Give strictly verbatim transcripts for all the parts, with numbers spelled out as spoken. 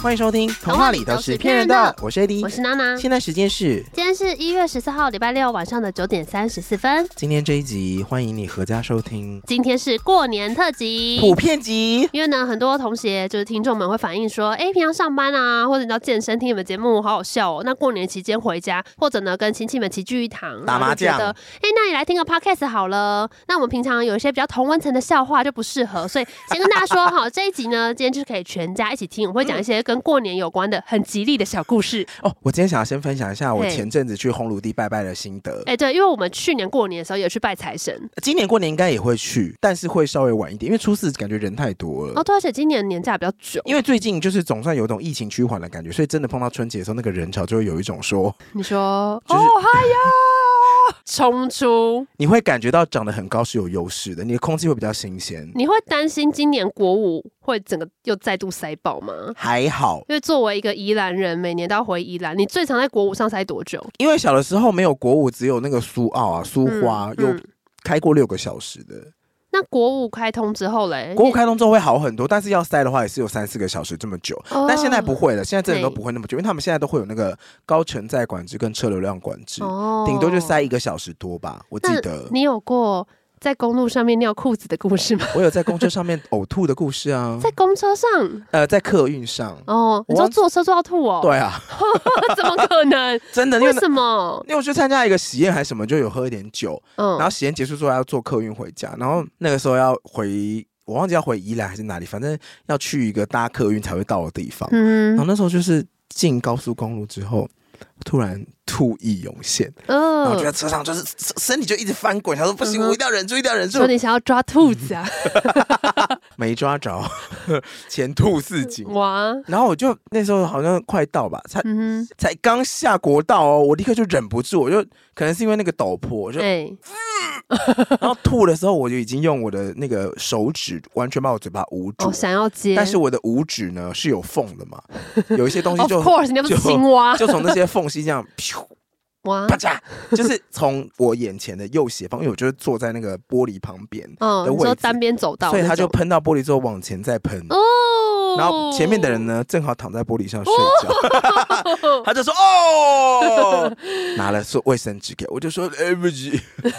欢迎收听童话里都是骗人的，我是 A D， 我是娜娜。 现在时间是今天是一月十四号礼拜六晚上的九点三十四分。 今天这一集欢迎你合家收听， 今天是过年特辑普遍集。 因为呢，很多同学就是听众们会反映说，哎，平常上班啊，或者你要健身听你们节目好好笑哦。那过年期间回家，或者呢跟亲戚们齐聚一堂， 打麻将， 哎，那你来听个 podcast 好了。那我们平常有一些比较同温层的笑话就不适合，所以先跟大家说哈，这一集呢，今天就是可以全家一起听，我会讲一些跟过年有关的很吉利的小故事哦。我今天想要先分享一下我前阵子去烘炉地拜拜的心得。 哎，对，因为我们去年过年的时候也去拜财神， 今年过年应该也会去，但是会稍微晚一点，因为初四感觉人太多了。 哦，对，而且今年年假比较久， 因为最近就是总算有一种疫情趋缓的感觉，所以真的碰到春节的时候，那个人潮就会有一种说， 你说， 就是、 哦嗨呀，冲出， 你会感觉到长得很高是有优势的，你的空气会比较新鲜。 你会担心今年国五会整个又再度塞爆吗？ 还好， 因为作为一个宜兰人，每年都要回宜兰，你最常在国五上塞多久？ 因为小的时候没有国五，只有那个苏澳啊、苏花、嗯、有开过六个小时的。 那国五开通之后嘞？ 国五开通之后会好很多，但是要塞的话也是有三四个小时这么久。哦、但现在不会了，现在真的都不会那么久，因为他们现在都会有那个高承载管制跟车流量管制，顶、哦、多就塞一个小时多吧，我记得。 你有过在公路上面尿裤子的故事吗？ 我有在公车上面呕吐的故事啊。 在公车上？ 呃，在客运上。 哦，你说坐车坐到吐哦？ 对啊。 怎么可能？ 真的？ 为什么？ 因为我去参加一个喜宴还是什么，就有喝一点酒，嗯、然后喜宴结束之后要坐客运回家，然后那个时候要回，我忘记要回宜兰还是哪里，反正要去一个搭客运才会到的地方。嗯，然后那时候就是进高速公路之后，突然吐意涌现，嗯，然后我就在车上就是身体就一直翻滚，他说不行，嗯、我一定要忍住，一定要忍住。 说你想要抓兔子啊？ 没抓着，前兔似锦。 哇！然后我就那时候好像快到吧，才、嗯、才刚下国道哦，我立刻就忍不住，我就可能是因为那个陡坡，我就、欸嗯，然后吐的时候我就已经用我的那个手指完全把我嘴巴捂住， 哦，想要接， 但是我的五指呢是有缝的嘛，有一些东西就 ，Of course， 你那不是青蛙， 就从那些缝隙这样， 哇， 啪嚓，就是从我眼前的右斜方，因为我就是坐在那个玻璃旁边的位置， 嗯，你说单边走道， 所以他就喷到玻璃之后往前再喷，哦，然后前面的人呢正好躺在玻璃上睡觉，哦、他就说哦，拿了卫生纸给我，我就说对不起，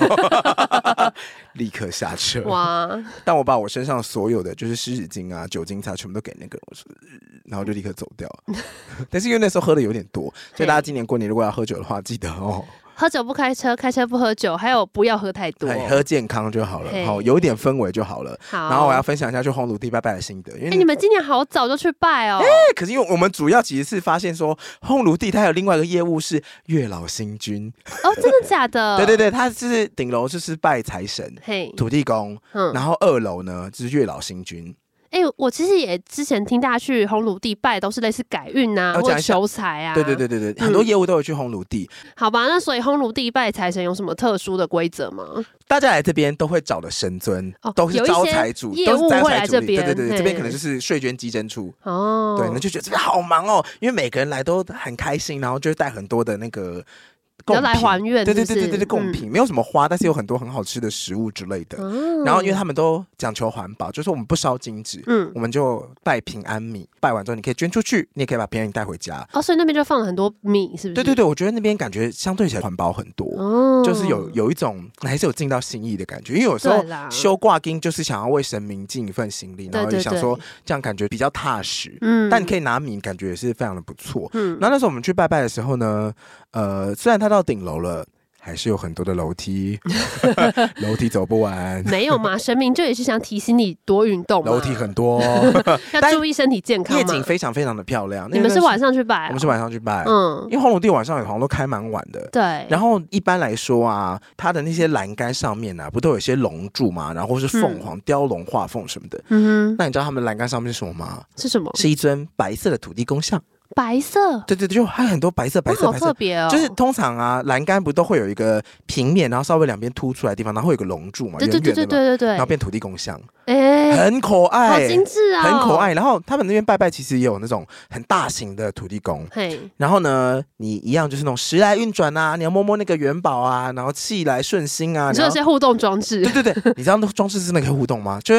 立刻下车，哇！但我把我身上所有的就是湿纸巾啊、酒精擦全部都给那个人，我说，然后就立刻走掉了。但是因为那时候喝的有点多，所以大家今年过年如果要喝酒的话，记得哦。 喝酒不开车，开车不喝酒，还有不要喝太多， 喝健康就好了，好有一点氛围就好了。好，然后我要分享一下去烘炉地拜拜的心得，因为、 欸、你们今年好早就去拜哦。 哎、欸，可是因为我们主要其实是发现说，烘炉地它有另外一个业务是月老星君。 哦，真的假的？ 对对对，它是顶楼就是拜财神、土地公、嗯，然后二楼呢就是月老星君。 哎、欸，我其实也之前听大家去烘炉地拜，都是类似改运啊，或者求财啊。 对对对对对，嗯、很多业务都有去烘炉地。 好吧，那所以烘炉地拜财神有什么特殊的规则吗？ 大家来这边都会找的神尊，哦、都是招财主， 业务会来这边。 对对对，这边可能就是税捐稽征处。哦，对，那就觉得这边好忙哦，因为每个人来都很开心，然后就带很多的那个。 要来还愿， 对对对对对对，贡品、嗯、没有什么花，但是有很多很好吃的食物之类的。嗯、然后因为他们都讲求环保，就是我们不烧金纸，嗯，我们就拜平安米，拜完之后你可以捐出去，你也可以把平安米带回家。 哦，所以那边就放了很多米，是不是？ 对对对，我觉得那边感觉相对起来环保很多，哦、就是有有一种还是有尽到心意的感觉。因为有时候修挂金就是想要为神明尽一份心力，然后就想说这样感觉比较踏实。嗯，但你可以拿米，感觉也是非常的不错。嗯，然后那时候我们去拜拜的时候呢，呃，虽然他到顶楼了。还是有很多的楼梯，楼梯走不完。 没有嘛，神明就也是想提醒你多运动嘛。 楼梯很多、哦， 要注意身体健康嘛。 夜景非常非常的漂亮。 你们是晚上去拜、哦？ 我们是晚上去拜，嗯，因为烘炉地晚上好像都开蛮晚的。 对。 然后一般来说啊，它的那些栏杆上面啊，不都有一些龙柱嘛，然后是凤凰、嗯、雕龙画凤什么的。嗯哼。那你知道他们栏杆上面是什么吗？ 是什么？ 是一尊白色的土地公像。 白色， 对对对，就还有很多白色白色白色， 好特别哦。 就是通常啊，栏杆不都会有一个平面，然后稍微两边凸出来的地方，然后会有个龙柱嘛， 对对对对对对对， 然后变土地公像， 哎、欸， 很可爱， 好精致啊、哦， 很可爱。然后他们那边拜拜其实也有那种很大型的土地公，嘿，然后呢，你一样就是那种时来运转啊，你要摸摸那个元宝啊，然后气来顺心啊， 你说有些互动装置， 对对对，你知道那装置真的可以互动吗？就是。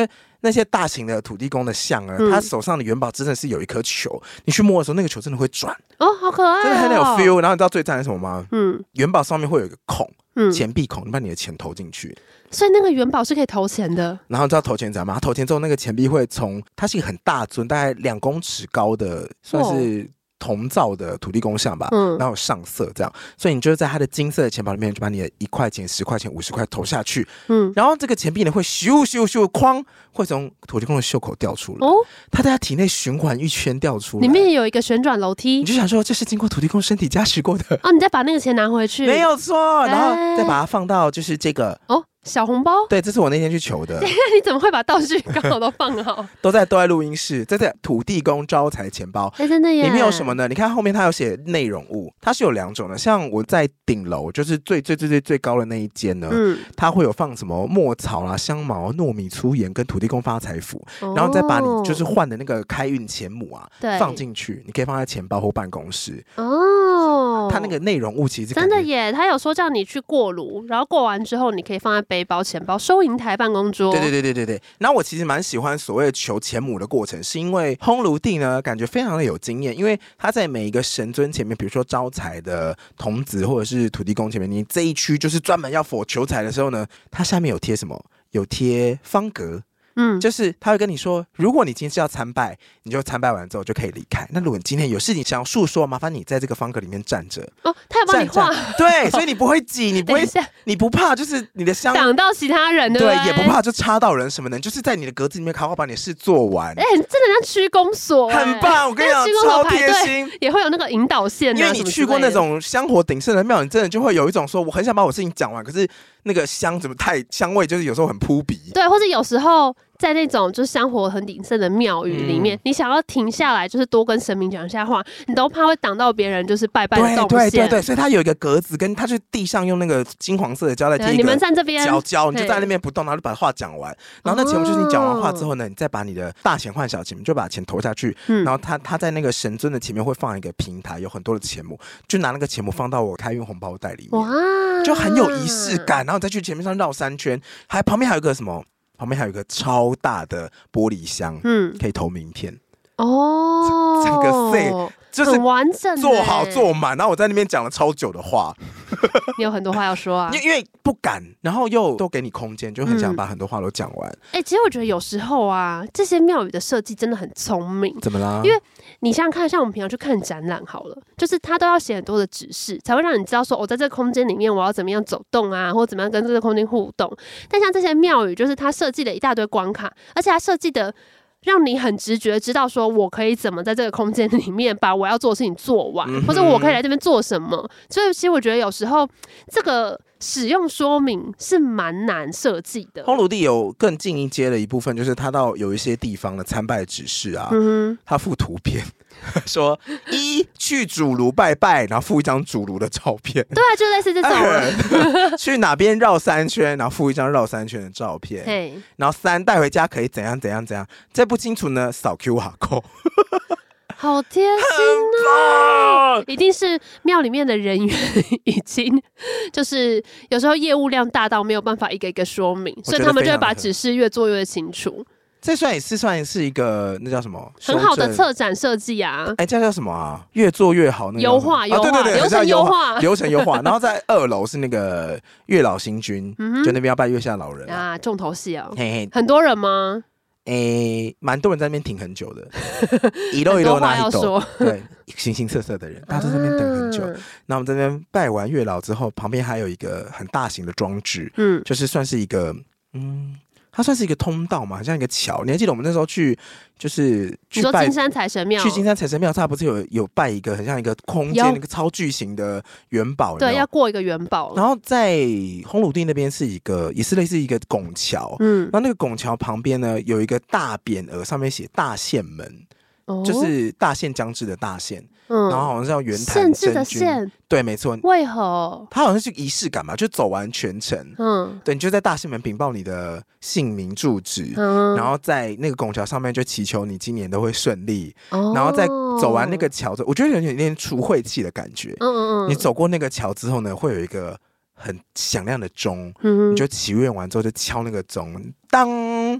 那些大型的土地公的像啊， 嗯、 他手上的元宝真的是有一颗球，你去摸的时候，那个球真的会转哦，好可爱、哦， 真的很有 feel。然后你知道最赞是什么吗？ 嗯， 元宝上面会有一个孔， 嗯， 钱币孔，你把你的钱投进去。 所以那个元宝是可以投钱的。 然后你知道投钱怎样吗？他投钱之后，那个钱币会从它是一个很大尊，大概两公尺高的，算是铜造的土地公像吧，嗯，然后有上色这样，所以你就在他的金色的钱包里面，就把你的一块钱、十块钱、五十块投下去，嗯，然后这个钱币呢会咻咻咻哐，会从土地公的袖口掉出来，哦，它在他体内循环一圈掉出来， 里面有一个旋转楼梯， 你就想说这是经过土地公身体加持过的哦，你再把那个钱拿回去， 没有错，然后再把它放到就是这个哦。小红包， 对，这是我那天去求的。 你怎么会把道具刚好都放好？ 都在都在录音室，这是土地公招财钱包。 哎、欸，真的耶！ 里面有什么呢？你看后面它有写内容物，它是有两种的。像我在顶楼，就是最最最最最高的那一间呢，嗯，它会有放什么墨草啦、香茅、糯米粗盐跟土地公发财符，哦，然后再把你就是换的那个开运钱母啊放进去，你可以放在钱包或办公室。哦，它那个内容物其实真的耶，他有说叫你去过炉，然后过完之后你可以放在背包、钱包、收银台、办公桌。 对对对对对对。然后我其实蛮喜欢所谓的求钱母的过程，是因为烘炉地呢，感觉非常的有经验，因为他在每一个神尊前面，比如说招财的童子或者是土地公前面，你这一区就是专门要否求财的时候呢，它下面有贴什么？有贴方格。嗯，就是他会跟你说，如果你今天是要参拜，你就参拜完之后就可以离开。那如果你今天有事情想要诉说，麻烦你在这个方格里面站着。 哦，他要帮你画， 对，所以你不会挤，你不会，你不怕，就是你的香挡到其他人，对不对？ 对，也不怕就插到人什么的，就是在你的格子里面好好把你的事做完。 哎、欸，真的像区公所， 很棒！我跟你讲，超贴心， 也会有那个引导线、啊， 因为你去过那种香火鼎盛的庙，你真的就会有一种说，我很想把我事情讲完，可是那个香怎么太香味，就是有时候很扑鼻。 对，或者有时候。在那种就是香火很鼎盛的庙宇里面、嗯，你想要停下来，就是多跟神明讲一下话，你都怕会挡到别人，就是拜拜的动线。 对对对对，所以它有一个格子，跟它去地上用那个金黄色的胶带贴一个。 你们站这边， 胶胶，你就在那边不动，然后就把话讲完。然后那钱就是你讲完话之后呢，你再把你的大钱换小钱，你就把钱投下去。嗯、然后他他在那个神尊的前面会放一个平台，有很多的钱母，就拿那个钱母放到我开运红包袋里面，哇，就很有仪式感。然后再去前面上绕三圈，还旁边还有一个什么？旁边还有一个超大的玻璃箱，嗯，可以投名片哦，整个 set 就是很完整， 做好做满。然后我在那边讲了超久的话， 你有很多话要说啊， 因为不敢，然后又都给你空间，就很想把很多话都讲完。 哎、嗯欸，其实我觉得有时候啊，这些庙宇的设计真的很聪明。 怎么啦？ 因为你想想看，像我们平常去看展览好了，就是他都要写很多的指示，才会让你知道说，我、哦、在这个空间里面我要怎么样走动啊，或怎么样跟这个空间互动。但像这些庙宇，就是他设计了一大堆关卡，而且他设计的。让你很直觉知道说我可以怎么在这个空间里面把我要做的事情做完、嗯、或者我可以来这边做什么。所以其实我觉得有时候这个使用说明是蛮难设计的。 烘炉地有更进一阶的一部分，就是他到有一些地方的参拜指示啊，嗯、他附图片说一去主炉拜拜，然后附一张主炉的照片。 对啊，就类似这种。 去哪边绕三圈，然后附一张绕三圈的照片。然后三带回家可以怎样怎样怎样，再不清楚呢，扫 Q R code。 好贴心哦！一定是庙里面的人员已经就是有时候业务量大到没有办法一个一个说明，所以他们就会把指示越做越清楚。 这算也是算是一个那叫什么很好的策展设计啊！ 哎，这叫什么啊？越做越好，那个优化优化、啊、对对对，流程优化， 流程优化。然后在二楼是那个月老星君，嗯、就那边要拜月下老人啊， 啊重头戏啊！ 嘿嘿， 很多人吗？ 诶，蛮多人在那边停很久的，一路一路拿一兜，对，形形色色的人，大家都在那边等很久。那、啊、我们在那边拜完月老之后，旁边还有一个很大型的装置，嗯，就是算是一个，嗯。它算是一个通道嘛，很像一个桥。你还记得我们那时候去，就是去拜你说金山财神庙， 去金山财神庙，它不是有有拜一个很像一个空间，一个超巨型的元宝， 对，要过一个元宝。 然后在烘炉地那边是一个，也是类似一个拱桥，嗯，然后那个拱桥旁边呢有一个大匾额，上面写大县门。哦、就是大限将至的大限，嗯，然后好像是要圆坛真君的限，对，没错。 为何？ 它好像是仪式感嘛，就走完全程，嗯，对，你就在大限门禀报你的姓名住址，嗯，然后在那个拱桥上面就祈求你今年都会顺利，哦，然后再走完那个桥之后，我觉得有点点除晦气的感觉，嗯嗯嗯。你走过那个桥之后呢，会有一个很响亮的钟，嗯，你就祈愿完之后就敲那个钟，当。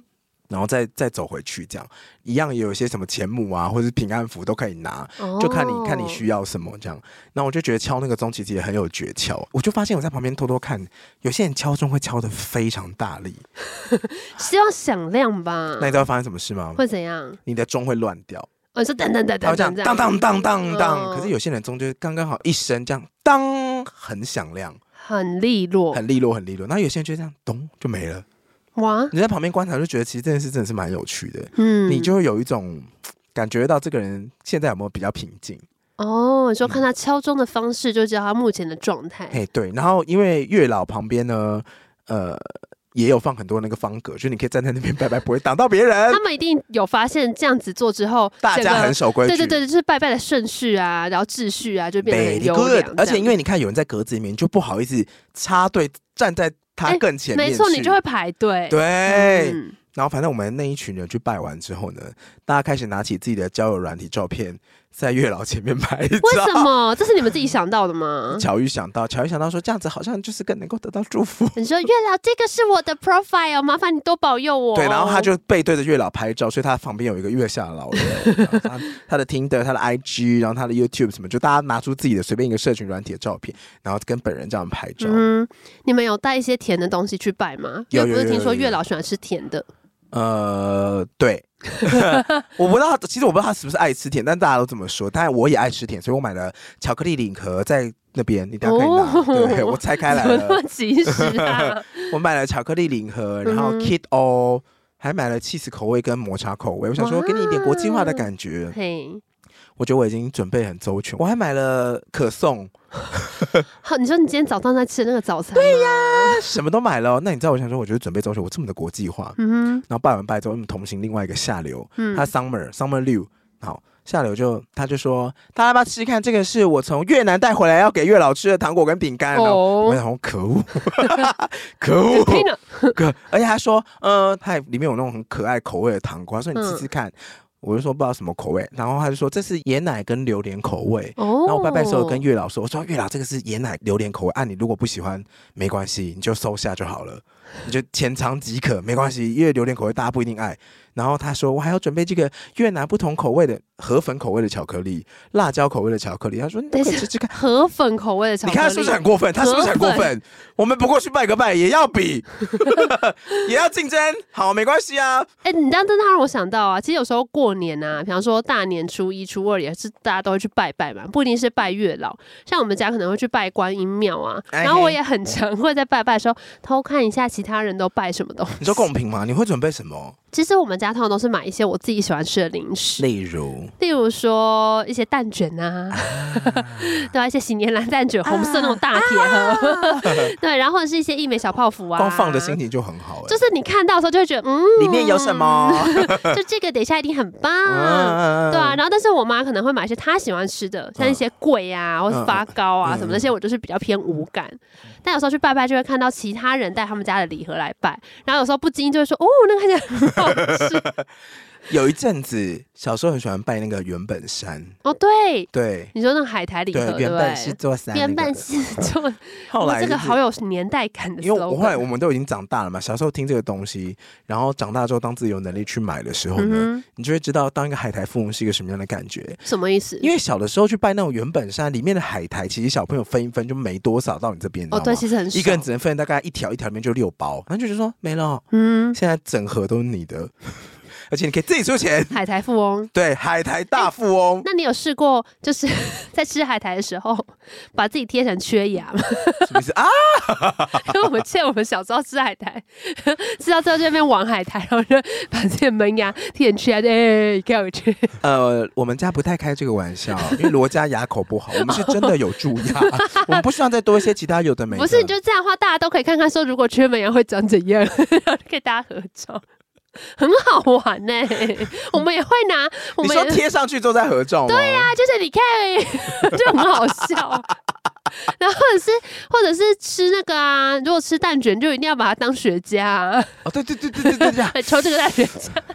然后再再走回去，这样一样也有一些什么钱母啊，或者是平安符都可以拿，哦、就看你看你需要什么这样。那我就觉得敲那个钟其实也很有诀窍，我就发现我在旁边偷偷看，有些人敲钟会敲得非常大力， 希望响亮吧？ 那你知道发生什么事吗？ 会怎样？ 你的钟会乱掉。 哦，你说等等等等， 它会这样当当当当当，可是有些人钟就刚刚好一声这样当，很响亮， 很利落， 很利落，很利落。然后有些人就这样咚就没了。 哇！ 你在旁边观察就觉得，其实这件事真的是蛮有趣的。嗯，你就会有一种感觉到这个人现在有没有比较平静。 哦，你说看他敲钟的方式，就知道他目前的状态。 哎、嗯，对。然后因为月老旁边呢，呃。也有放很多那个方格，就是你可以站在那边拜拜，不会挡到别人。 他们一定有发现这样子做之后， 大家很守规矩。 对对对，就是拜拜的顺序啊，然后秩序啊，就变得很优良。 而且因为你看有人在格子里面，就不好意思插队站在他更前面去、欸。 没错，你就会排队。 对。嗯，然后反正我们那一群人去拜完之后呢，大家开始拿起自己的交友软体照片，在月老前面拍照。 为什么？这是你们自己想到的吗？ 巧遇想到，巧遇想到说这样子好像就是更能够得到祝福。 你说月老，这个是我的 profile， 麻烦你多保佑我。 对，然后他就背对着月老拍照，所以他旁边有一个月下老人，他, 他的 Tinder、他的 I G， 然后他的 YouTube 什么，就大家拿出自己的随便一个社群软体的照片，然后跟本人这样拍照。 嗯，你们有带一些甜的东西去拜吗？因为不是听说月老喜欢吃甜的。 呃，对，我不知道，其实我不知道他是不是爱吃甜，但大家都这么说。但我也爱吃甜，所以我买了巧克力礼盒在那边，你等下可以拿。哦、对，我拆开来了， 怎么那么及时啊！ 我买了巧克力礼盒，然后 Kit O，、嗯、还买了起司口味跟抹茶口味。我想说，给你一点国际化的感觉。嘿，我觉得我已经准备很周全，我还买了可颂。 好，你说你今天早上在吃那个早餐？ 对呀，什么都买了。那你知道我想说，我觉得准备周全，我这么的国际化。嗯哼。然后拜完拜之后，我们同行另外一个下流，嗯、他 Summer Summer Liu， 好，下流就他就说，大家要不要吃看？这个是我从越南带回来要给月老吃的糖果跟饼干。哦，我想可恶，可恶，可，而且他说，呃，它里面有那种很可爱口味的糖果，他说你吃吃看。嗯，我就说不知道什么口味，然后他就说这是椰奶跟榴莲口味。哦，然后我拜拜的时候跟月老说，我说月老这个是椰奶榴莲口味，啊，你如果不喜欢没关系，你就收下就好了，你就浅尝即可，没关系，因为榴莲口味大家不一定爱。然后他说我还要准备这个越南不同口味的河粉口味的巧克力，辣椒口味的巧克力。他说你都可以吃吃看。 河粉口味的巧克力， 你看他是不是很过分？他是不是很过分？我们不过去拜个拜，也要比，也要竞争。好，没关系啊。 哎、欸，你这样真的让我想到啊，其实有时候过年啊，比方说大年初一、初二也是大家都会去拜拜嘛，不一定是拜月老。像我们家可能会去拜观音庙啊，然后我也很常会在拜拜的时候偷看一下其他人都拜什么东西。 你说贡品吗？你会准备什么？ 其实我们家通常都是买一些我自己喜欢吃的零食， 例如， 例如说一些蛋卷啊，啊对啊，一些喜年兰蛋卷，啊、红色那种大铁盒，啊、对，然后或者是一些益美小泡芙啊， 光放的心情就很好、欸， 就是你看到的时候就会觉得，嗯， 里面有什么？ 就这个等一下一定很棒，啊对啊。然后，但是我妈可能会买一些她喜欢吃的，像一些桂啊，或是发糕啊、嗯、什么那些，我就是比较偏无感。但有时候去拜拜就会看到其他人带他们家的礼盒来拜，然后有时候不经意就会说，哦，那个看起来很好吃。 有一阵子小时候很喜欢拜那个原本山哦，对对， 你说那个海苔礼盒， 对，原本是座山、那個， 原本是座。 后来、就是、 这个好有年代感的， 因为我后来我们都已经长大了嘛，小时候听这个东西，然后长大之后当自己有能力去买的时候呢，嗯、你就会知道当一个海苔富翁是一个什么样的感觉。 什么意思？ 因为小的时候去拜那种原本山里面的海苔，其实小朋友分一分就没多少到你这边， 哦，对，其实很少， 一个人只能分大概一条一条，里面就六包，然后就觉得说没了，嗯，现在整盒都是你的。而且你可以自己出钱， 海苔富翁， 对，海苔大富翁。欸、 那你有试过，就是在吃海苔的时候，把自己贴成缺牙吗？ 什么意思啊？ 因为我们记得我们小时候吃海苔，吃到最后就在那边玩海苔，然后就把自己的门牙贴成缺牙，哎，看我去。 呃，我们家不太开这个玩笑，因为罗家牙口不好，我们是真的有蛀牙，我们不希望再多一些其他有的没的。 不是，你就这样的话，大家都可以看看说，如果缺门牙会长怎样，然后可以大家合照。很好玩呢、欸，我们也会拿。我们你说贴上去之后再合照吗？ 对呀、啊，就是你看，就很好笑。然后或者是或者是吃那个啊，如果吃蛋卷，就一定要把它当雪茄、啊。 哦，对对对对对对对， 抽这个蛋卷夹。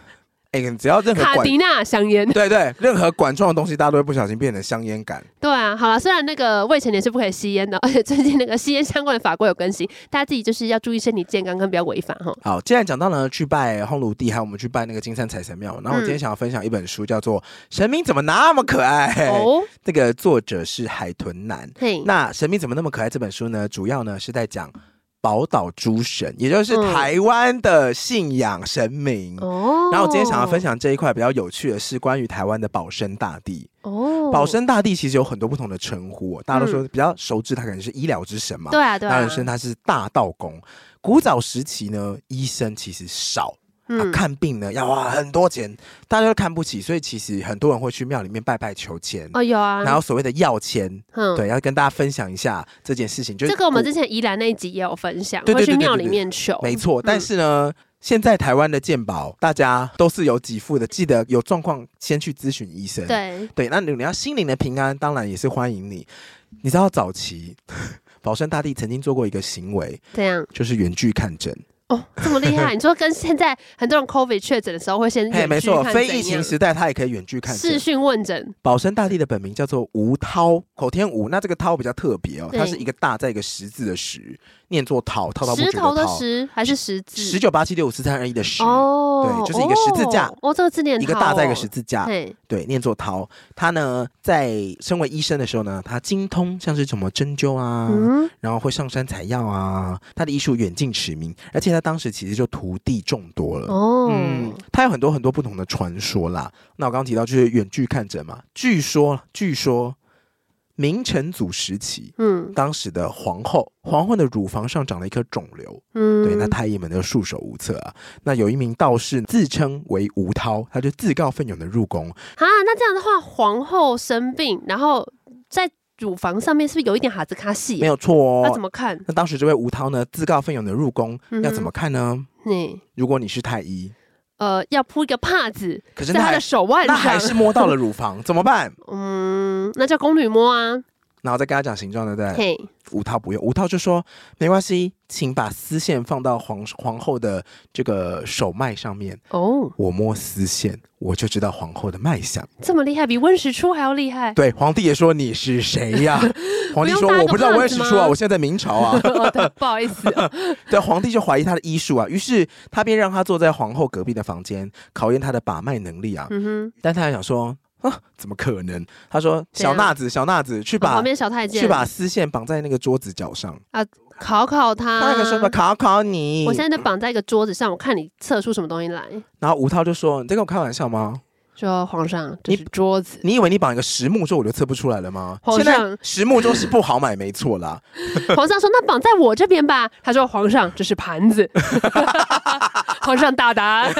哎、欸，只要任何卡迪娜香烟， 对对，任何管状的东西，大家都会不小心变成香烟感。 对啊，好了，虽然那个未成年是不可以吸烟的，而且最近那个吸烟相关的法规有更新，大家自己就是要注意身体健康，跟不要违法哈。 好，既然讲到呢，去拜烘炉地，还有我们去拜那个金山财神庙，然后我今天想要分享一本书，叫做《神明怎么那么可爱》。哦，这个作者是海豚男。嘿，那《神明怎么那么可爱》这本书呢，主要呢是在讲宝岛诸神，也就是台湾的信仰神明。哦，然后我今天想要分享这一块比较有趣的是关于台湾的保生大帝。哦，保生大帝其实有很多不同的称呼、哦，大家都说比较熟知，他可能是医疗之神嘛。 对啊，对啊。 当然，他是大道公。古早时期呢，医生其实少。啊、看病呢要花很多钱，大家都看不起，所以其实很多人会去庙里面拜拜求签。 哦，有啊。 然后所谓的药签，嗯，对，要跟大家分享一下这件事情。就是、 这个我们之前宜兰那一集也有分享，对对对对对对，会去庙里面求。 没错，但是呢，嗯、现在台湾的健保大家都是有给付的，记得有状况先去咨询医生。对对，那你要心灵的平安，当然也是欢迎你。你知道早期保生大帝曾经做过一个行为， 怎样？ 就是远距看诊。 哦，这么厉害！你说跟现在很多人 COVID 确诊的时候会先远距看诊，没错， 非疫情时代他也可以远距看诊， 视讯问诊。 保生大帝的本名叫做吴涛，口天吴，那这个涛比较特别哦，它是一个大在一个石字的石，念作涛，滔滔不绝的石头的石还是十字？ 十九八七六五四三二一的石，哦，对，就是一个十字架。 哦，这个字念一个大在一个十字架，对，念作涛。他呢，在身为医生的时候呢，他精通像是什么针灸啊，嗯、然后会上山采药啊，他的医术远近驰名，而且他当时其实就徒弟众多了。哦，嗯，他有很多很多不同的传说啦。那我刚刚提到就是远距看诊嘛，据说据说明成祖时期，嗯，当时的皇后，皇后的乳房上长了一颗肿瘤，嗯，对，那太医们就束手无策啊。那有一名道士自称为吴涛，他就自告奋勇的入宫。 啊，那这样的话，皇后生病，然后在乳房上面是不是有一点哈兹卡西？ 没有错哦。 那怎么看？ 那当时这位吴涛呢，自告奋勇的入宫，嗯、要怎么看呢？嗯，如果你是太医， 呃，要铺一个帕子，可是在他的手腕上，那还是摸到了乳房，怎么办？ 嗯，那叫宫女摸啊。 然后再跟他讲形状，对不对？嘿，吴涛不用，吴涛就说没关系，请把丝线放到皇皇后的这个手脉上面。哦，我摸丝线，我就知道皇后的脉象。 这么厉害，比温实初还要厉害。 对，皇帝也说你是谁呀？皇帝说我不知道温实初啊，我现在在明朝啊。 哦、对，不好意思、哦。 对，皇帝就怀疑他的医术啊，于是他便让他坐在皇后隔壁的房间，考验他的把脉能力啊。嗯哼，但他还想说。啊，怎么可能？他说：“小娜子，小娜子，去把、哦、 旁边小太监去把丝线绑在那个桌子脚上啊，考考他。 他那个说法考考你。 我现在就绑在一个桌子上，我看你测出什么东西来。” 然后吴涛就说：“你在跟我开玩笑吗？” 说皇上，这是桌子。 你, 你以为你绑一个实木桌我就测不出来了吗？皇上，实木桌是不好买，没错啦。 皇上说：“那绑在我这边吧。”他说：“皇上，这是盘子。”皇上大答。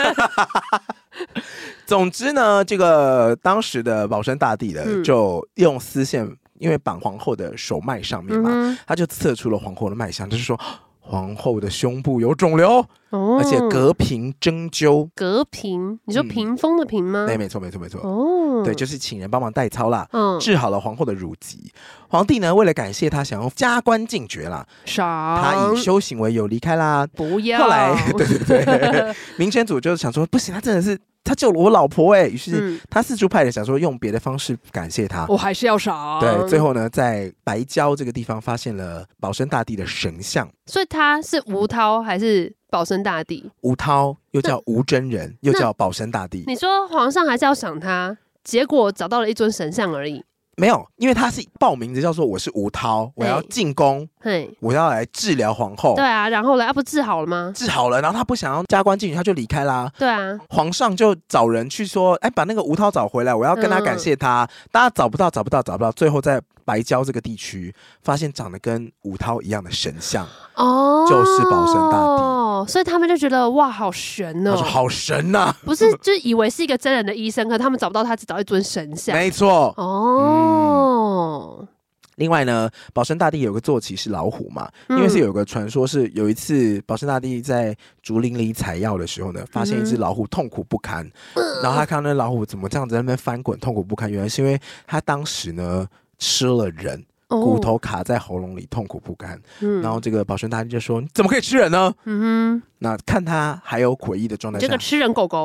总之呢，这个当时的保生大帝呢，嗯、就用丝线，因为绑皇后的手脉上面嘛，嗯、他就测出了皇后的脉象，就是说皇后的胸部有肿瘤，哦、而且隔屏针灸。 隔屏，你说屏风的屏吗？ 对、嗯，没错，没错，没错。哦，对，就是请人帮忙代操啦，嗯、治好了皇后的乳疾。皇帝呢，为了感谢他，想要加官进爵啦，他以修行为由离开啦。 不要。 后来，对对对，明成祖就是想说，不行，他真的是。他救了我老婆哎、欸，于是他四处派人想说用别的方式感谢他， 我还是要赏。 对，最后呢，在白礁这个地方发现了保生大帝的神像， 所以他是吴涛还是保生大帝？ 吴涛又叫吴真人，又叫保生大帝。 你说皇上还是要赏他，结果找到了一尊神像而已。 没有，因为他是报名字叫做我是吴涛，我要进宫，我要来治疗皇后。 对啊，然后呢？啊，不治好了吗？ 治好了，然后他不想要加官进爵，他就离开啦。 对啊， 皇上就找人去说，哎，把那个吴涛找回来，我要跟他感谢他。嗯、大家找不到，找不到，找不到，最后在白礁这个地区发现长得跟吴涛一样的神像，哦，就是保生大帝。 所以他们就觉得哇，好神哦！ 他说好神呐、啊， 不是，就以为是一个真人的医生，可他们找不到他，只找一尊神像。 没错，哦。嗯、另外呢，保生大帝有个坐骑是老虎嘛，因为是有个传说是有一次保生大帝在竹林里采药的时候呢，发现一只老虎痛苦不堪，嗯、然后他看到那老虎怎么这样子在那边翻滚痛苦不堪，原来是因为他当时呢吃了人。骨头卡在喉咙里，痛苦不堪。嗯、然后这个保生大帝就说：“你怎么可以吃人呢？”嗯哼，那看他还有诡异的状态下， 这个吃人狗狗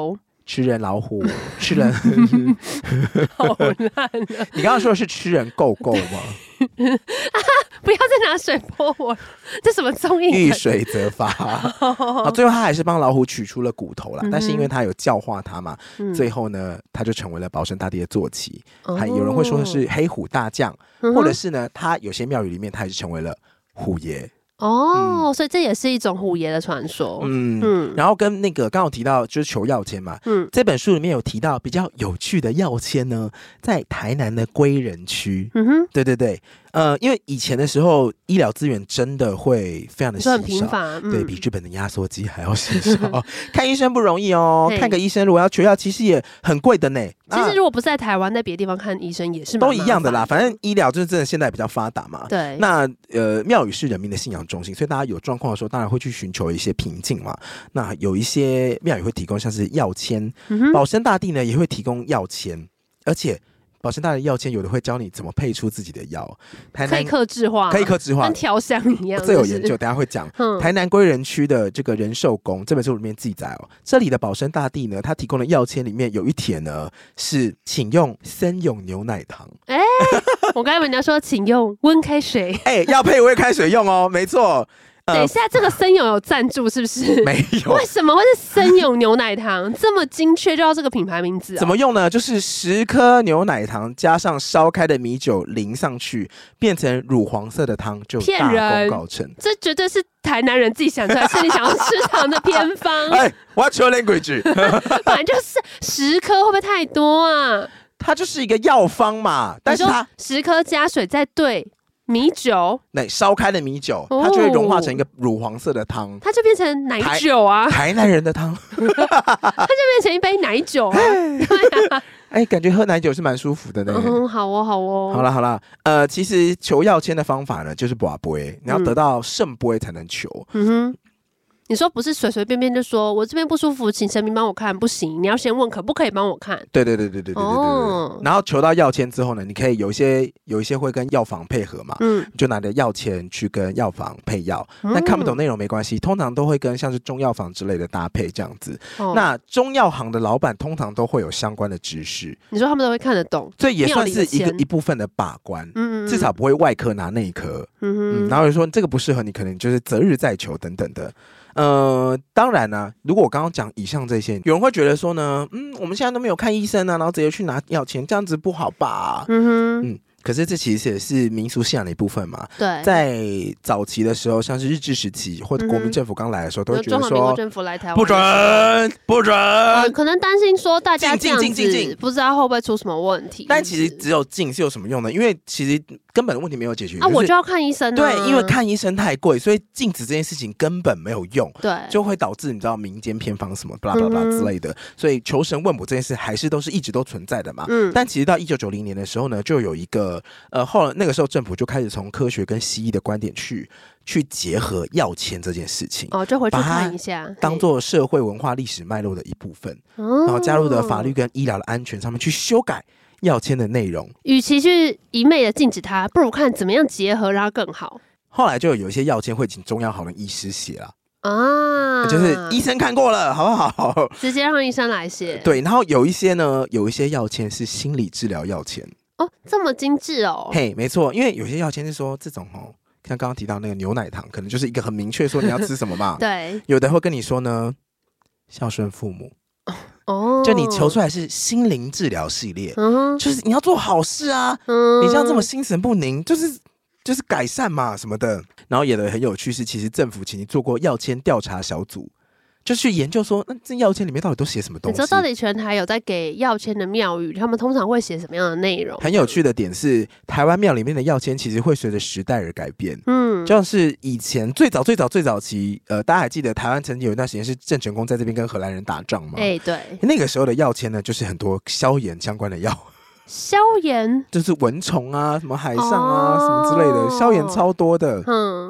吃人老虎，吃人好烂啊！ 你刚刚说的是吃人够够吗？ 啊、不要再拿水泼我，这什么综艺？ 遇水则发。好，最后他还是帮老虎取出了骨头啦，嗯、但是因为他有教化他嘛，嗯、最后呢，他就成为了保生大帝的坐骑。哦、还有人会说的是黑虎大将，嗯、或者是呢，他有些庙宇里面他还是成为了虎爷。 哦、嗯，所以这也是一种虎爷的传说。 嗯嗯，然后跟那个刚刚有提到就是求药签嘛，嗯，这本书里面有提到比较有趣的药签呢，在台南的归仁区。嗯哼，对对对。呃，因为以前的时候，医疗资源真的会非常的稀少， 很贫乏，嗯、 对比日本的压缩机还要稀少。看医生不容易哦，看个医生如果要求药，其实也很贵的呢。 其实如果不是在台湾，在别的地方看医生也是都一样的啦。反正医疗就是真的现在比较发达嘛。 对， 那呃，庙宇是人民的信仰中心，所以大家有状况的时候，当然会去寻求一些平静嘛。那有一些庙宇会提供像是药签，嗯、保生大帝呢也会提供药签，而且。保生大帝的药签有的会教你怎么配出自己的药，台南可以客制化， 可以客制化， 跟调香一样。 这有研究，等一下会讲。嗯、台南归仁区的这个仁寿宫这本书里面记载哦，这里的保生大帝呢，他提供的药签里面有一帖呢是请用森永牛奶糖。哎、欸， 我刚才人家说请用温开水， 哎、欸，要配温开水用哦，没错。 等一下，这个森永有赞助是不是？ 没有， 为什么会是森永牛奶糖？这么精确就要这个品牌名字、哦？ 怎么用呢？就是十颗牛奶糖加上烧开的米酒淋上去，变成乳黄色的汤，就大功告成。 这绝对是台南人自己想出来，是你想要吃糖的偏方。 哎，我要求练规矩。 本来就是十颗，会不会太多啊？ 它就是一个药方嘛，但是它十颗加水再兑。米酒， 对，烧开的米酒，它就会融化成一个乳黄色的汤， 它就变成奶酒啊， 台, 台南人的汤， 它就变成一杯奶酒啊，对啊， 哎，感觉喝奶酒是蛮舒服的呢。 嗯，好哦，好哦， 好了好了，呃，其实求药签的方法呢，就是跋杯，你要得到圣杯才能求。嗯哼。 你说不是随随便便就说我这边不舒服，请神明帮我看，不行，你要先问可不可以帮我看。 对对对对对对对对、哦、然后求到药签之后呢，你可以有一些有一些会跟药房配合嘛，嗯，就拿着药签去跟药房配药。嗯、但看不懂内容没关系，通常都会跟像是中药房之类的搭配这样子。哦、那中药行的老板通常都会有相关的知识， 你说他们都会看得懂， 这也算是一个一部分的把关，嗯嗯嗯，至少不会外科拿内科，嗯嗯，然后说这个不适合你，可能就是择日再求等等的。呃，当然呢、啊，如果我刚刚讲以上这些，有人会觉得说呢，嗯，我们现在都没有看医生啊，然后直接去拿药钱，这样子不好吧？嗯哼，嗯。可是这其实也是民俗信仰的一部分嘛。 对， 在早期的时候，像是日治时期或者国民政府刚来的时候，嗯、都会觉得说， 中华民国政府来台湾不准不准、呃， 可能担心说大家这样子不知道会不会出什么问题。 但其实只有禁是有什么用呢？因为其实根本的问题没有解决啊，我就要看医生、啊。 对，因为看医生太贵，所以禁止这件事情根本没有用。 对， 就会导致你知道民间偏方什么巴拉巴拉之类的，所以求神问卜这件事还是都是一直都存在的嘛。嗯，但其实到一九九零年的时候呢，就有一个呃后来。那个时候政府就开始从科学跟西医的观点去去结合药签这件事情， 哦，就回去看一下， 当做社会文化历史脉络的一部分，哦、然后加入的法律跟医疗的安全上面去修改药签的内容。 与其去一昧的禁止它，不如看怎么样结合让它更好。 后来就有一些药签会请中药行的医师写啦。啊，就是医生看过了，好不好？ 直接让医生来写。 对，然后有一些呢，有一些药签是心理治疗药签。 哦，这么精致哦！ 嘿， hey, 没错，因为有些药签是说这种哦，像刚刚提到那个牛奶糖，可能就是一个很明确说你要吃什么嘛。 对， 有的会跟你说呢，孝顺父母。哦，就你求出来是心灵治疗系列，嗯、就是你要做好事啊，嗯、你这样这么心神不宁，就是就是改善嘛什么的。然后也的很有趣是，其实政府其实做过药签调查小组。就去研究说，那这药签里面到底都写什么东西？ 你知道到底全台有在给药签的庙宇，他们通常会写什么样的内容？ 很有趣的点是，台湾庙里面的药签其实会随着时代而改变。嗯，就像是以前最早最早最早期，呃，大家还记得台湾曾经有一段时间是郑成功在这边跟荷兰人打仗吗？ 哎、欸，对， 那个时候的药签呢，就是很多消炎相关的药。 消炎就是蚊虫啊，什么海上啊，哦、什么之类的，消炎超多的。嗯。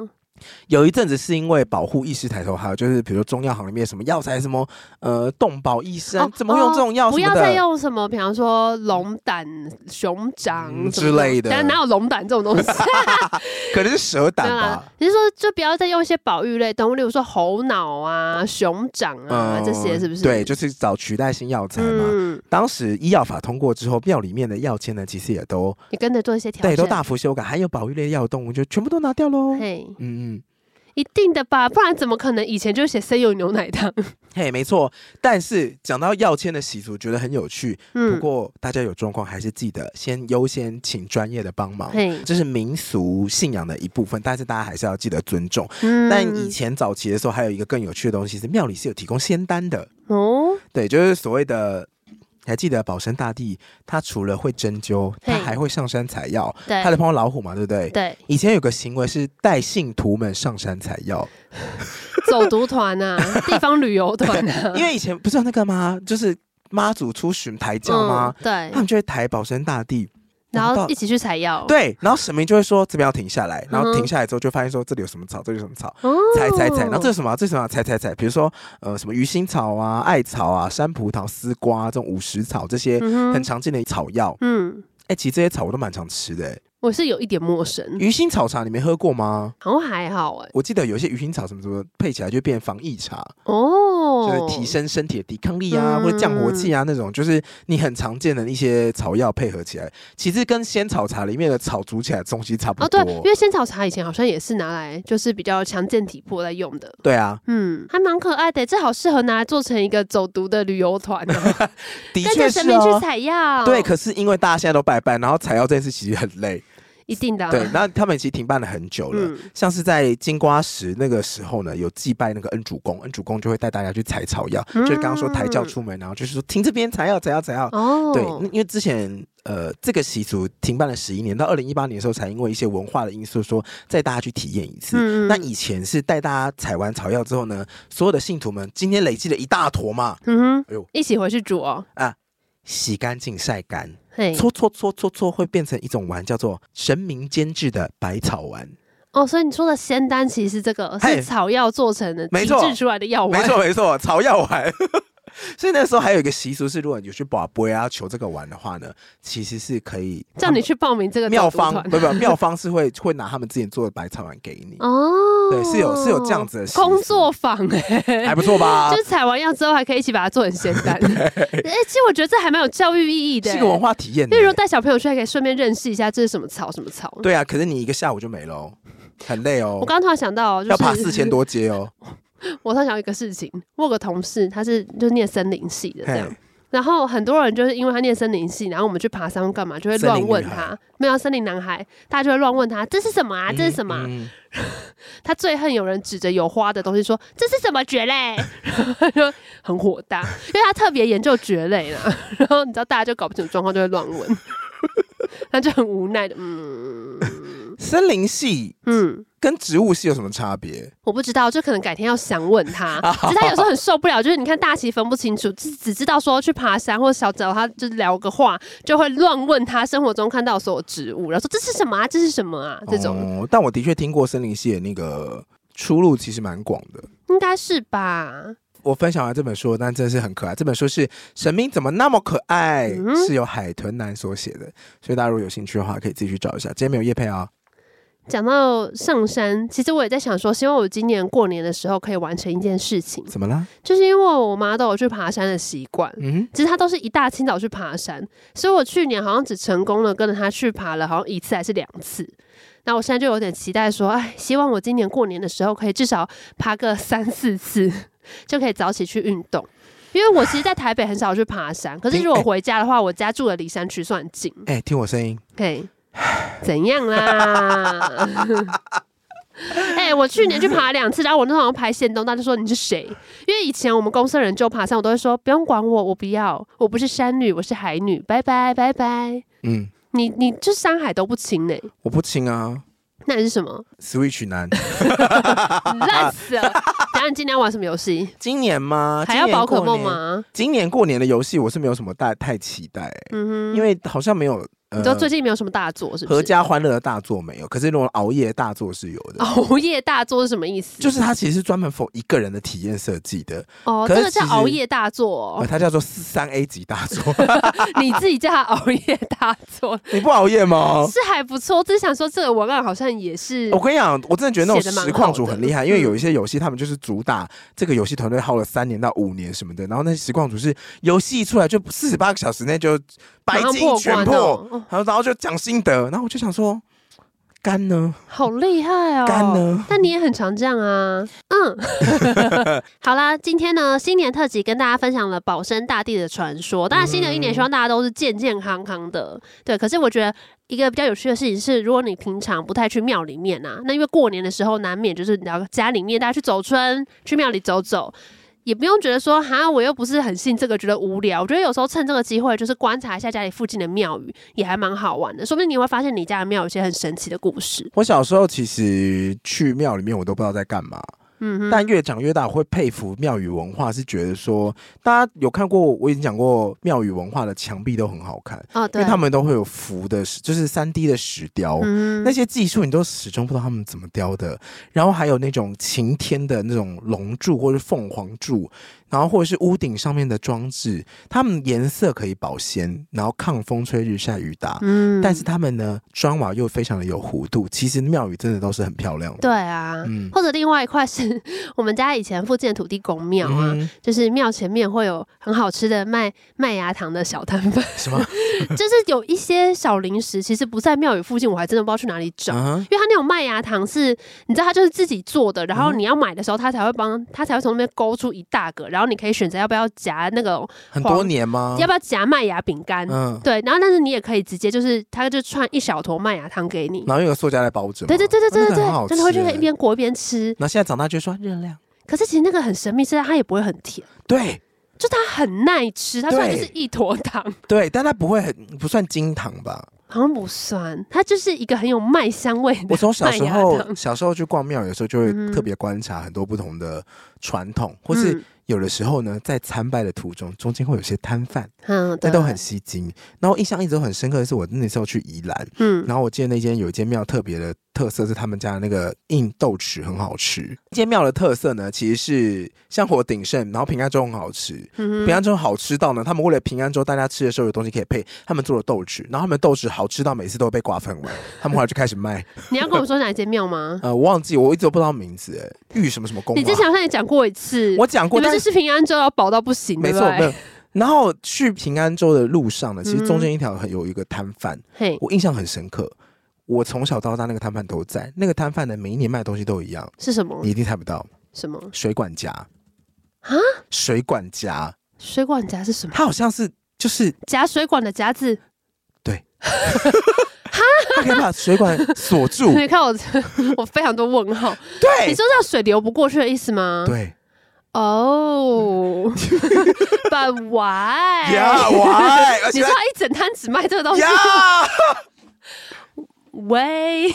有一阵子是因为保护意识抬头，还有就是比如说中药行里面什么药材什么呃动保益生、哦、怎么用这种药什么的、 哦、不要再用什么比方说龙胆熊掌、嗯、 之类的， 哪有龙胆这种东西可能是蛇胆吧。 你是说就不要再用一些保育类动物，例如说猴脑啊熊掌啊、嗯、这些是不是？ 对，就是找取代性药材嘛、嗯、当时医药法通过之后，庙里面的药签呢其实也都也跟着做一些调整， 对，都大幅修改，还有保育类药动物就全部都拿掉咯。嘿，嗯嗯， 一定的吧，不然怎么可能以前就写生有牛奶汤？ 嘿，没错。但是讲到药签的习俗，觉得很有趣。嗯、不过大家有状况还是记得先优先请专业的帮忙，这是民俗信仰的一部分，但是大家还是要记得尊重。嗯、但以前早期的时候，还有一个更有趣的东西是庙里是有提供仙丹的哦，对，就是所谓的。还记得保生大帝，他除了会针灸，他还会上山采药。他的朋友老虎嘛，对不对？ 对。 以前有个行为是带信徒们上山采药， 走读团啊，地方旅游团啊。 因为以前不是有那个吗？就是妈祖出巡抬轿吗、嗯？对。他们就会抬保生大帝。 然后一起去采药， 对，然后神明就会说这边要停下来，然后停下来之后就发现说这里有什么草，这里有什么草，采采采，然后这是什么？这是什么？采采采，比如说呃什么鱼腥草啊、艾草啊、山葡萄、丝瓜这种五食草，这些很常见的草药。嗯，哎、欸，其实这些草我都蛮常吃的、欸。 我是有一点陌生。 鱼腥草茶你没喝过吗？ 好像还好哎、欸。 我记得有些鱼腥草什么什么配起来就变防疫茶哦，就是提升身体的抵抗力啊，嗯、或者降火气啊那种，就是你很常见的一些草药配合起来，其实跟仙草茶里面的草煮起来的东西差不多。哦，对， 因为仙草茶以前好像也是拿来就是比较强健体魄在用的。 对啊， 嗯，还蛮可爱的，这好适合拿来做成一个走读的旅游团、啊， 的确是、哦、跟着神明去采药。 对，可是因为大家现在都拜拜，然后采药这件事其实很累。 一定的、啊、 对，那他们其实停办了很久了、嗯、像是在金瓜石那个时候呢，有祭拜那个恩主公，恩主公就会带大家去采草药、嗯、就是刚刚说抬轿出门，然后就是说停这边采药采药采药、哦、对，因为之前呃这个习俗停办了十一年，到二零一八年的时候才因为一些文化的因素说再大家去体验一次、嗯、那以前是带大家采完草药之后呢，所有的信徒们今天累积了一大坨嘛，嗯哼， 哎呦，一起回去煮哦啊， 洗干净晒干，搓搓搓搓搓会变成一种丸，叫做神明监制的百草丸。 哦，所以你说的仙丹其实这个是草药做成的，提制出来的药丸。 没错没错，草药丸。所以那时候还有一个习俗是，如果你有去拔杯啊求这个丸的话呢，其实是可以叫你去报名这个妙方，不不，妙方是会会拿他们之前做的百草丸给你。哦，对，是有是有这样子的习俗工作坊哎、欸， 还不错吧？ 就是采完药之后还可以一起把它做成仙丹。哎、欸，其实我觉得这还蛮有教育意义的、欸， 是个文化体验、欸。 因为如果带小朋友去，还可以顺便认识一下这是什么草什么草。 对啊，可是你一个下午就没了、哦，很累哦。 我刚刚突然想到、就是， 要爬四千多阶哦。 我突然想到一个事情，我有个同事，他是就念森林系的这样，然后很多人就是因为他念森林系，然后我们去爬山干嘛，就会乱问他，没有森林男孩，大家就会乱问他这是什么啊，这是什么、啊嗯嗯？他最恨有人指着有花的东西说这是什么蕨类，然后他就很火大，因为他特别研究蕨类啦，然后你知道大家就搞不清楚状况，就会乱问。他就很无奈的，嗯， 森林系，嗯，跟植物系有什么差别？ 我不知道，就可能改天要详问他。其实他有时候很受不了，就是你看大旗分不清楚，只只知道说去爬山或者小找他就是聊个话，就会乱问他生活中看到所有植物，然后说这是什么啊，这是什么啊这种、 哦。但我的确听过森林系的那个出路其实蛮广的， 应该是吧。 我分享完这本书，但真的是很可爱。这本书是《神明怎么那么可爱》，嗯、是由海豚男所写的，所以大家如果有兴趣的话，可以自己去找一下。今天没有业配啊。 讲到上山，其实我也在想说，希望我今年过年的时候可以完成一件事情。 怎么啦？ 就是因为我妈都有去爬山的习惯，嗯，其实她都是一大清早去爬山，所以我去年好像只成功了跟着她去爬了好像一次还是两次。那我现在就有点期待说，哎，希望我今年过年的时候可以至少爬个三四次。就可以早起去运动，因为我其实在台北很少去爬山，可是如果回家的话，我家住的离山区算近。 哎、欸，听我声音， 嘿，怎样啦？哎、欸，我去年去爬两次，然后我那时候拍限动，大家说你是谁？因为以前我们公司的人就爬山，我都会说不用管我，我不要，我不是山女，我是海女，拜拜拜拜。嗯，你你这山海都不亲呢、欸？ 我不亲啊。 那你是什么 ？Switch 男， 烂死了！等下你今年玩什么游戏？ 今年吗？ 还要宝可梦吗？ 今年过年的游戏我是没有什么大太期待、欸，嗯哼，因为好像没有你知道最近没有什么大作是不是？ 合家欢乐的大作没有，可是那种熬夜大作是有的。 熬夜大作是什么意思？ 就是它其实是专门 for 一个人的体验设计的。 哦，这个叫熬夜大作、哦呃，它叫做三 A 级大作。 你自己叫它熬夜大作， 你不熬夜吗？ 是还不错，只是想说这个文案好像也是。 我跟你讲，我真的觉得那种实况主很厉害，因为有一些游戏他们就是主打这个游戏团队耗了三年到五年什么的，然后那些实况主是游戏一出来就四十八个小时内就白金全破，然后然后就讲心得，然后我就想说。干呢？ 好厉害哦！ 干呢？ 但你也很常这样啊。嗯，好啦，今天呢新年特辑跟大家分享了保生大帝的传说。当然，新的一年希望大家都是健健康康的。对，可是我觉得一个比较有趣的事情是，如果你平常不太去庙里面啊，那因为过年的时候难免就是你要家里面大家去走春，去庙里走走。也不用觉得说哈，我又不是很信这个，觉得无聊。我觉得有时候趁这个机会，就是观察一下家里附近的庙宇，也还蛮好玩的。说不定你会发现你家的庙有些很神奇的故事。 我小时候其实去庙里面，我都不知道在干嘛。嗯，但越长越大，我会佩服庙宇文化，是觉得说，大家有看过，我已经讲过，庙宇文化的墙壁都很好看，哦，对，因为他们都会有浮的，就是三 D 的石雕，嗯，那些技术你都始终不知道他们怎么雕的。然后还有那种擎天的那种龙柱或是凤凰柱，然后或者是屋顶上面的装置，它们颜色可以保鲜，然后抗风吹日晒雨打，嗯，但是他们呢，砖瓦又非常的有弧度。其实庙宇真的都是很漂亮的， 对啊，嗯，或者另外一块是我们家以前附近的土地公庙啊，嗯，就是庙前面会有很好吃的卖麦芽糖的小摊贩。 什么？ 就是有一些小零食，其实不在庙宇附近，我还真的不知道去哪里找，嗯，因为他那种麦芽糖是，你知道他就是自己做的，然后你要买的时候，他才会帮他才会从那边勾出一大个，然后你可以选择要不要夹那个很多年吗？ 要不要夹麦芽饼干？嗯，对，然后但是你也可以直接就是他就串一小坨麦芽糖给你， 然后用个塑胶袋包着。 对对对对对对对，真的会就一边裹一边吃。 然后现在长大就说热量， 可是其实那个很神秘，是它也不会很甜。 对。 就它很耐吃，它虽然就是一坨糖， 对，但它不会很不算精糖吧？ 好像不算，它就是一个很有麦香味的。 我从小时候小时候去逛庙，有时候就会特别观察很多不同的传统，嗯，或是有的时候呢，在参拜的途中，中间会有些摊贩，嗯，那都很吸睛。然后印象一直都很深刻的是，我那时候去宜兰，嗯，然后我记得那间有一间庙特别的特色是他们家的那个硬豆豉很好吃。这间庙的特色呢，其实是香火鼎盛，然后平安粥很好吃。嗯，平安粥好吃到呢，他们为了平安粥大家吃的时候有东西可以配，他们做了豆豉，然后他们的豆豉好吃到每次都会被瓜分完，他们后来就开始卖。 你要跟我说哪一间庙吗？ 呃，我忘记，我一直都不知道名字，哎，玉什么什么宫。 你之前好像也讲过一次， 我讲过， 你们是平安粥要饱到不行， 没错，没有。然后去平安粥的路上呢，其实中间一条有一个摊贩，嗯，我印象很深刻。我从小到大那个摊贩都在，那个摊贩呢每一年卖的东西都一样， 是什么？ 你一定猜不到。 什么？ 水管夹啊？ 水管夹？ 水管夹是什么？ 它好像是就是夹水管的夹子。对。 哈，他可以把水管锁住。 你看我，我非常多问号。 对， 你说这样水流不过去的意思吗？ 对。 哦、oh, ，But why？ Yeah, why？ 你知道一整摊只卖这个东西？ Yeah! 为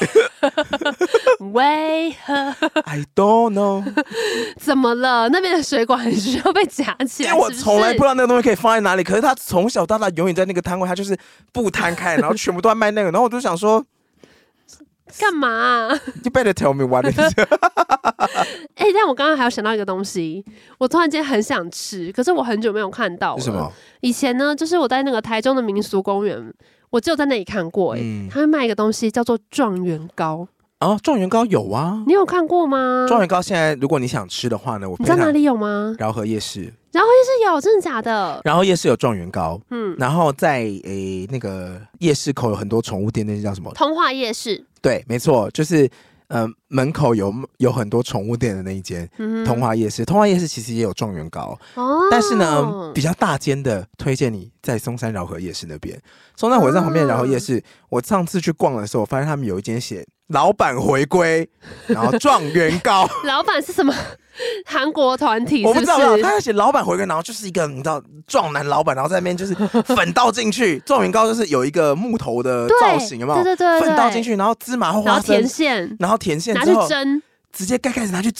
为何 ？I don't know 。 怎么了？那边的水管很需要被夹起来， 因为我从来不知道那个东西可以放在哪里。可是他从小到大永远在那个摊位，他就是不摊开，然后全部都在卖那个。然后我就想说， 干嘛、啊、 ？You better tell me what it is 。 哎、欸，但我刚刚还有想到一个东西，我突然间很想吃，可是我很久没有看到了。 是什么？ 以前呢，就是我在那个台中的民俗公园。我只有在那里看过、欸，哎、嗯，他会卖一个东西叫做状元糕。 哦，状元糕有啊， 你有看过吗？ 状元糕现在如果你想吃的话呢，我你知道哪里有吗？ 饶河夜市。 饶河夜市有，真的假的？ 饶河夜市有状元糕，嗯，然后在诶、欸、那个夜市口有很多宠物店，那是叫什么？ 通化夜市。 对，没错，就是呃门口有有很多宠物店的那一间、嗯、通化夜市。通化夜市其实也有状元糕，哦，但是呢比较大间的推荐你在松山饶河夜市那边。松山火车站旁边的饶河夜市、哦，我上次去逛的时候，我发现他们有一间写老板回归，然后状元糕。 老板是什么？韩国团体是不是？ 我不知道，他要写老板回归，然后就是一个你知道壮男老板，然后在那边就是粉倒进去。状元糕就是有一个木头的造型，有没有？ 对对 对, 对， 粉倒进去，然后芝麻或花生， 然后填馅， 然后填馅之后拿去蒸， 直接盖盖子拿去蒸。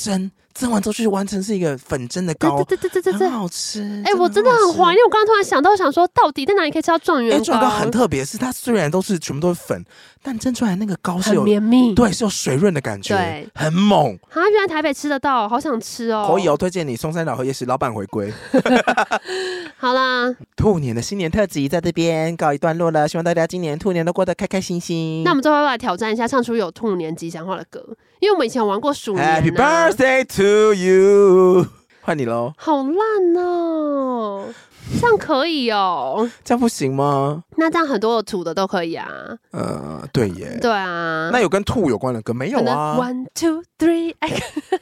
蒸完之后就是完成是一个粉蒸的糕， 对对对对对， 很好吃。 哎、欸，我真的很怀念。我刚刚突然想到，想说到底在哪里可以吃到状元糕？ 状元糕很特别，是它虽然都是全部都是粉，但蒸出来那个糕是有很绵密， 对，是有水润的感觉， 对， 很猛。 啊，原来台北吃得到，好想吃哦。 可以哦，推荐你松山老河夜市老板回归。 好啦， 兔年的新年特辑在这边告一段落了，希望大家今年兔年都过得开开心心。 那我们最后来挑战一下，唱出有兔年吉祥话的歌，因为我们以前有玩过鼠年、啊。 Happy birthday to you， 换你喽。 好烂哦，这样可以哦？ 这样不行吗？ 那这样很多的土的都可以啊。 呃，对耶。 对啊。 那有跟兔有关的歌没有啊 ？One two three， I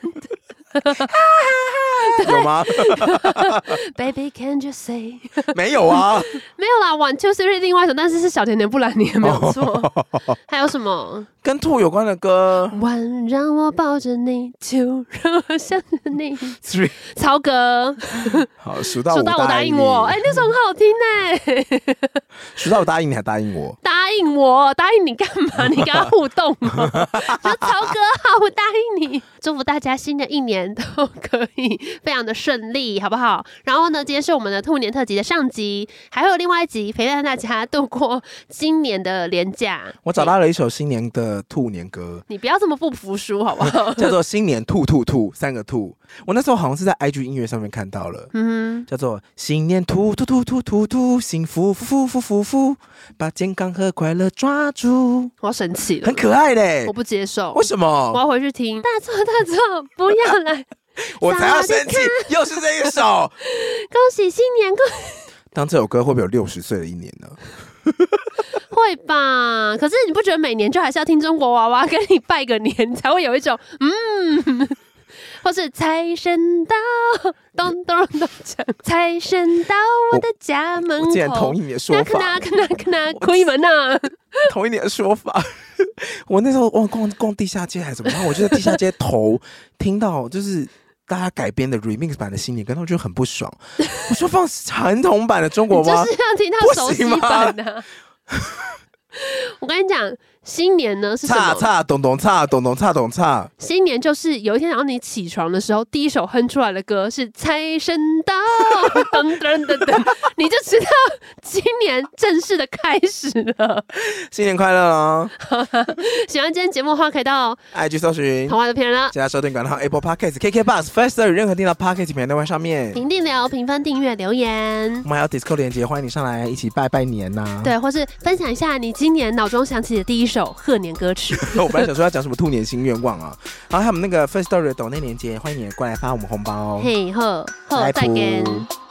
can 有吗 ？Baby can you say？ 没有啊， 没有啦。One two three 另外一首，但是是小甜甜布兰妮，没有错。还有什么跟兔有关的歌 ？One 让我抱着你 ，Two 让我想着你 ，Three 曹格。 好，数到五数到五答应我，哎、欸，那首很好听呢。 数到五答应你还答应我？ 答应我，答应你干嘛？你跟他互动哦。说曹格好，我答应你。祝福大家新的一年都可以非常的顺利，好不好？然后呢，今天是我们的兔年特辑的上集，还会有另外一集陪伴大家度过今年的连假。 我找到了一首新年的兔年歌， 你不要这么不服输好不好？ 叫做新年兔兔兔三个兔。我那时候好像是在 I G 音乐上面看到了，嗯，叫做新年兔兔兔兔兔兔，幸福福福福福，把健康和快乐抓住。 我要生气了， 很可爱嘞， 我不接受。 为什么？ 我要回去听。大错特错，不要来。 我才要生气，又是这一首。 恭喜新年，恭喜！ 当这首歌会不会有六十岁的一年呢？ 会吧，可是你不觉得每年就还是要听中国娃娃跟你拜个年，你才会有一种嗯，或是财神到，咚咚咚锵，财神到我的家门口。 我竟然同意你的说法， 那可那可那开门啊！ 同意你的说法。我那时候逛逛逛地下街还是怎么样，我觉得地下街头听到就是大家改编的 remix 版的新年歌，我觉得很不爽。我说放传统版的中国娃， 就是要听到熟悉版的、啊。我跟你讲，新年呢是什么？ 叉叉咚咚叉咚咚叉咚叉。 新年就是有一天，然后你起床的时候，第一首哼出来的歌是财神到，噔噔噔噔，你就知道今年正式的开始了。 新年快乐哦！ 喜欢今天节目的话，可以到 I G 搜寻童话的骗人了， 其他收听管道 Apple Podcast、K K Bus、Firstory 任何听到 Podcast 平台都在上面评定留、评分、订阅、留言。 我们还有 Discord 连结，欢迎你上来一起拜拜年呐、啊！ 对，或是分享一下你今年脑中想起的第一首贺年歌曲。 我本来想说要讲什么兔年新愿望啊，然后还有那个 Firstory 的抖内连结，欢迎你过来发我们红包。 嘿呵，呵，再见。